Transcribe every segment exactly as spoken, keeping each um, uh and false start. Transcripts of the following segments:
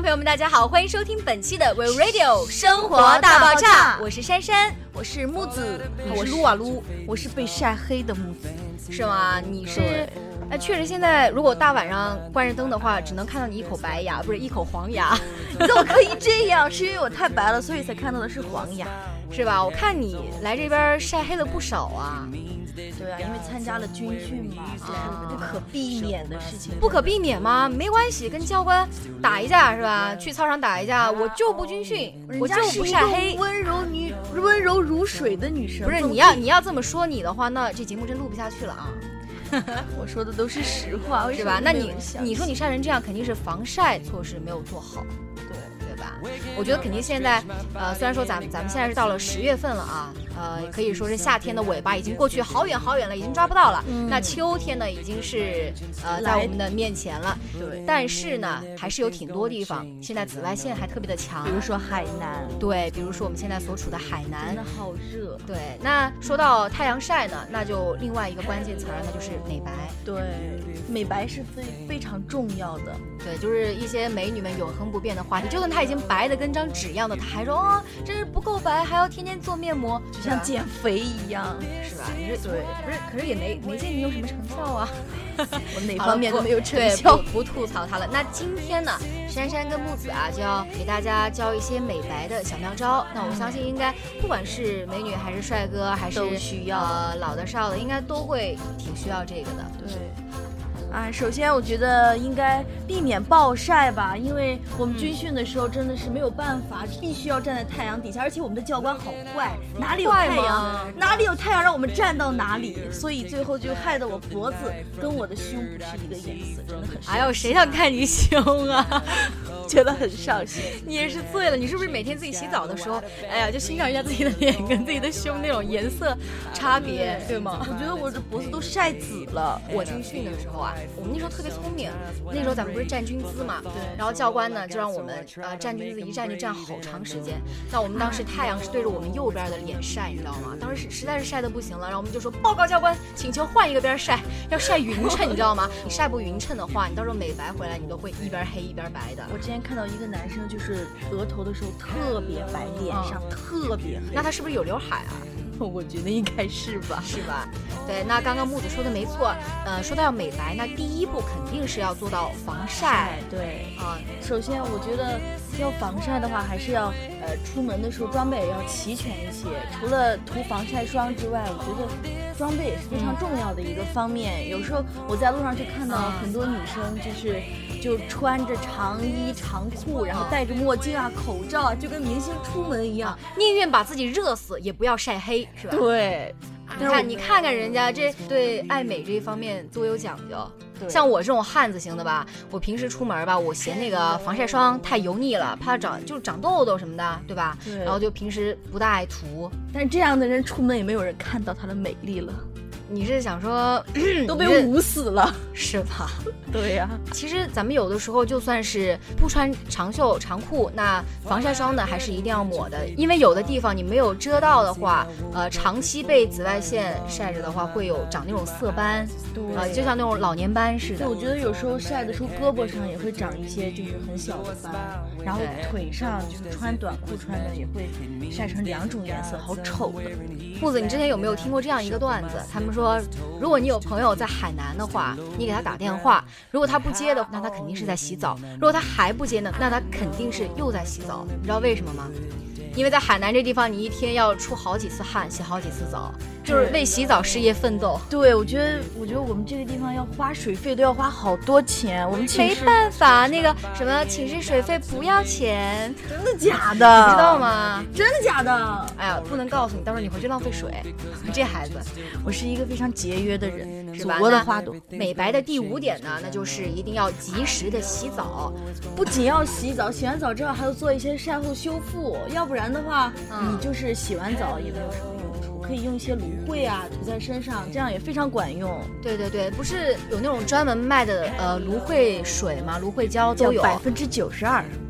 朋友们大家好，欢迎收听本期的 We Radio 生活大爆炸，我是珊珊， 我是木子， 我是撸啊撸， 我是被晒黑的木子， 是吗？你是哎，确实现在如果大晚上关着灯的话，只能看到你一口白牙，不是一口黄牙。 你怎么可以这样？是因为我太白了，所以才看到的是黄牙， 是吧？我看你来这边晒黑了不少啊。 对啊，因为参加了军训嘛，这是不可避免的事情。 不可避免吗？没关系，跟教官打一架是吧？去操场打一架，我就不军训，我就不晒黑。 温柔女，温柔如水的女生。 不是你要你要这么说你的话，那这节目真录不下去了啊。 我说的都是实话， 是吧？那你你说你晒成这样，肯定是防晒措施没有做好。我觉得肯定现在，呃，虽然说咱们咱们现在是到了十月份了啊，呃，可以说是夏天的尾巴已经过去好远好远了，已经抓不到了。嗯、那秋天呢，已经是呃在我们的面前了。 对。 但是呢，还是有挺多地方现在紫外线还特别的强， 比如说海南。 对，比如说我们现在所处的海南， 真的好热。 对。那说到太阳晒呢，那就另外一个关键词儿，那就是美白。 对，美白是非非常重要的。 对，就是一些美女们永恒不变的话题，就算她已经白的跟张纸一样的，她还说哦，真是不够白，还要天天做面膜， 就像减肥一样， 是吧？你这对，不是，可是也没没见你有什么成效啊。 我哪方面都没有成效，不, 不吐槽它了。那今天呢，珊珊跟木子啊，就要给大家教一些美白的小妙招。那我相信应该不管是美女还是帅哥，还是都需要， 呃老的少的，应该都会挺需要这个的。 对。啊，首先我觉得应该避免暴晒吧，因为我们军训的时候真的是没有办法，嗯、必须要站在太阳底下，而且我们的教官好坏，哪里有太阳，哪里有太阳让我们站到哪里，所以最后就害得我脖子跟我的胸不是一个颜色，真的很伤心。 哎呦，谁想看你胸啊？ 觉得很伤心。 你也是醉了，你是不是每天自己洗澡的时候，哎呀，就欣赏一下自己的脸跟自己的胸那种颜色差别，对吗？ 我觉得我的脖子都晒紫了。 我军训的时候啊，我们那时候特别聪明，那时候咱们不是站军姿嘛，对。然后教官呢就让我们呃站军姿，一站就站好长时间。那我们当时太阳是对着我们右边的脸晒，你知道吗？当时实在是晒得不行了，然后我们就说报告教官，请求换一个边晒，要晒匀称，你知道吗？你晒不匀称的话，你到时候美白回来你都会一边黑一边白的。 我之前看到一个男生，就是额头的时候特别白，脸上特别黑， 那他是不是有刘海啊？ 我觉得应该是吧， 是吧？对，那刚刚木子说的没错，呃，说到要美白，那第一步肯定是要做到防晒。 对啊，首先我觉得要防晒的话，还是要呃出门的时候装备也要齐全一些。除了涂防晒霜之外，我觉得装备也是非常重要的一个方面。有时候我在路上就看到很多女生就是就穿着长衣长裤，然后戴着墨镜啊、口罩啊，就跟明星出门一样， 宁愿把自己热死也不要晒黑，是吧？ 对。 你看，你看看人家这对爱美这一方面多有讲究。像我这种汉子型的吧，我平时出门吧，我嫌那个防晒霜太油腻了，怕长就长痘痘什么的，对吧？ 对。 然后就平时不大爱涂。 但是这样的人出门也没有人看到她的美丽了。 你是想说都被捂死了是吧？ 对呀、啊， 其实咱们有的时候就算是不穿长袖长裤，那防晒霜呢还是一定要抹的，因为有的地方你没有遮到的话，呃，长期被紫外线晒着的话，会有长那种色斑， 对， 呃，就像那种老年斑似的。 对，我觉得有时候晒的时候胳膊上也会长一些就是很小的斑，然后腿上就是穿短裤穿的也会晒成两种颜色，好丑的。 木子，你之前有没有听过这样一个段子？他们说，如果你有朋友在海南的话，你给他打电话，如果他不接的，那他肯定是在洗澡；如果他还不接呢，那他肯定是又在洗澡。你知道为什么吗？因为在海南这地方，你一天要出好几次汗，洗好几次澡，就是为洗澡事业奋斗。 对，我觉得，我觉得我们这个地方要花水费都要花好多钱。我们寝室没办法，那个什么寝室水费不要钱， 真的假的？ 你知道吗？ 真的假的？ 哎呀，不能告诉你，到时候你回去浪费水。这孩子， 我是一个非常节约的人， 是吧？ 祖国的花朵。 美白的第五点呢，那就是一定要及时的洗澡。 不仅要洗澡，洗完澡之后还要做一些晒后修复，要不然的话，嗯、你就是洗完澡也没有什么用处。可以用一些芦荟啊涂在身上，这样也非常管用。 对对对，不是有那种专门卖的呃芦荟水吗？芦荟胶都有百分之九十二。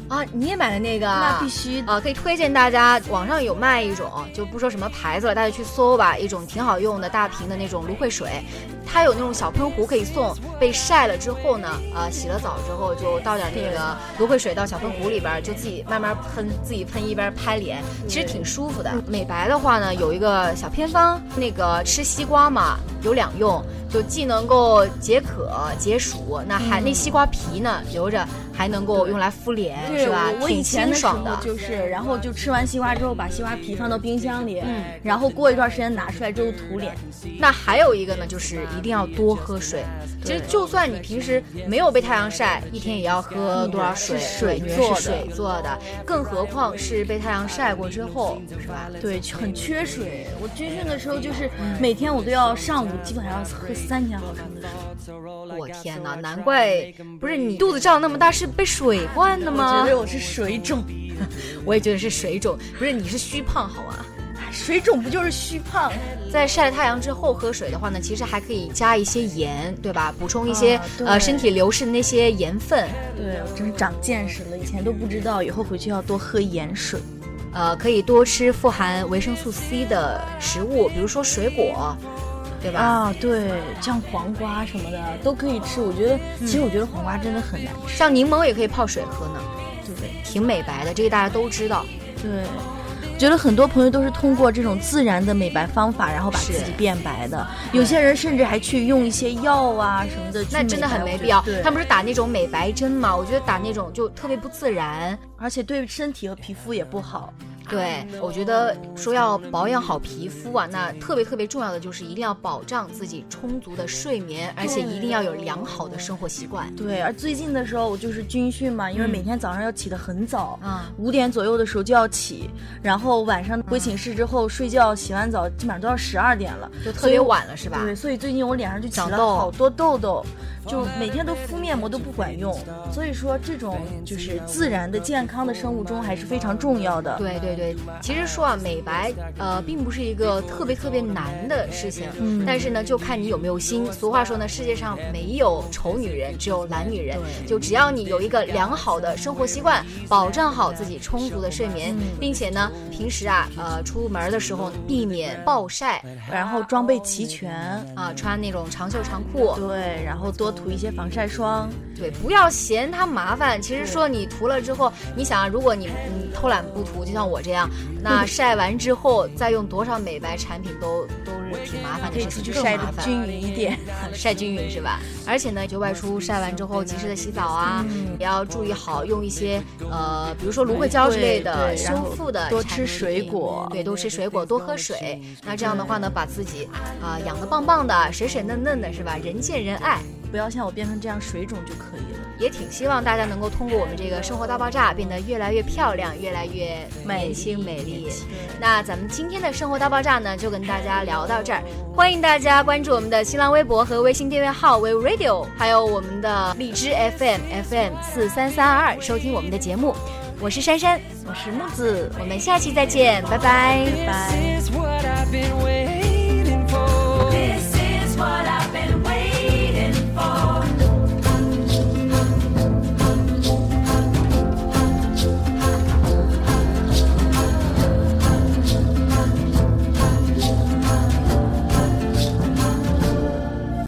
啊，你也买了那个？ 那必须啊，可以推荐大家，网上有卖一种，就不说什么牌子了，大家去搜吧，一种挺好用的大瓶的那种芦荟水，它有那种小喷壶可以送，被晒了之后呢，呃，洗了澡之后就倒点那个芦荟水到小喷壶里边，就自己慢慢喷，自己喷一边拍脸，其实挺舒服的。美白的话呢，有一个小偏方，那个吃西瓜嘛，有两用。就既能够解渴解暑，那还、嗯、那西瓜皮呢留着还能够用来敷脸，是吧？ 我以前的时候就是，然后就吃完西瓜之后把西瓜皮放到冰箱里，嗯，然后过一段时间拿出来之后涂脸。 那还有一个呢，就是一定要多喝水。其实就算你平时没有被太阳晒，一天也要喝多少水？ 水做是水做的，更何况是被太阳晒过之后，是吧？ 对，很缺水。我军训的时候就是每天我都要上午基本上要喝三千毫升的水。 我天哪，难怪不是你肚子胀那么大是被水灌的吗？ 我觉得我是水肿， 我也觉得是水肿，不是你是虚胖好吗？ 水肿不就是虚胖？ 在晒了太阳之后喝水的话呢，其实还可以加一些盐，对吧？补充一些、啊、呃身体流失的那些盐分。 对，我真是长见识了，以前都不知道，以后回去要多喝盐水。 呃，可以多吃富含维生素 C 的食物，比如说水果。对吧？ 啊，对，像黄瓜什么的都可以吃。我觉得，嗯、其实我觉得黄瓜真的很难吃。 像柠檬也可以泡水喝呢，对不对？挺美白的，这个大家都知道。 对，我觉得很多朋友都是通过这种自然的美白方法，然后把自己变白的。有些人甚至还去用一些药啊什么的， 那真的很没必要。他们不是打那种美白针吗？我觉得打那种就特别不自然， 而且对身体和皮肤也不好。 对，我觉得说要保养好皮肤啊，那特别特别重要的就是一定要保障自己充足的睡眠，而且一定要有良好的生活习惯。 对，而最近的时候我就是军训嘛，因为每天早上要起得很早，嗯，五点左右的时候就要起，然后晚上回寝室之后睡觉，洗完澡基本上都要十二点了， 就特别晚了，是吧？ 对，所以最近我脸上就起了好多痘痘，就每天都敷面膜都不管用。所以说这种就是自然的健康的生物钟还是非常重要的。 对对对，其实说啊，美白呃并不是一个特别特别难的事情，嗯，但是呢就看你有没有心。俗话说呢，世界上没有丑女人，只有懒女人。就只要你有一个良好的生活习惯，保障好自己充足的睡眠，嗯、并且呢平时啊呃出门的时候避免暴晒， 然后装备齐全啊，穿那种长袖长裤， 对，然后多涂一些防晒霜， 对，不要嫌它麻烦。其实说你涂了之后，你想如果你你偷懒不涂，就像我这样，那晒完之后再用多少美白产品都都是挺麻烦的事情， 就晒得均匀一点， 晒均匀是吧？而且呢，就外出晒完之后及时的洗澡啊，嗯、也要注意好用一些呃，比如说芦荟胶之类的修复的， 多吃水果， 对，多吃水果，多喝水。那这样的话呢，把自己啊、呃、养得棒棒的，水水嫩嫩的，是吧？人见人爱。 不要像我变成这样水肿就可以了。 也挺希望大家能够通过我们这个生活大爆炸变得越来越漂亮，越来越年轻美丽。那咱们今天的生活大爆炸呢，就跟大家聊到这儿。欢迎大家关注我们的新浪微博和微信订阅号 We Radio， 还有我们的荔枝 F M F M 四三三二二，收听我们的节目。我是珊珊， 我是木子， 我们下期再见，拜拜， 拜拜。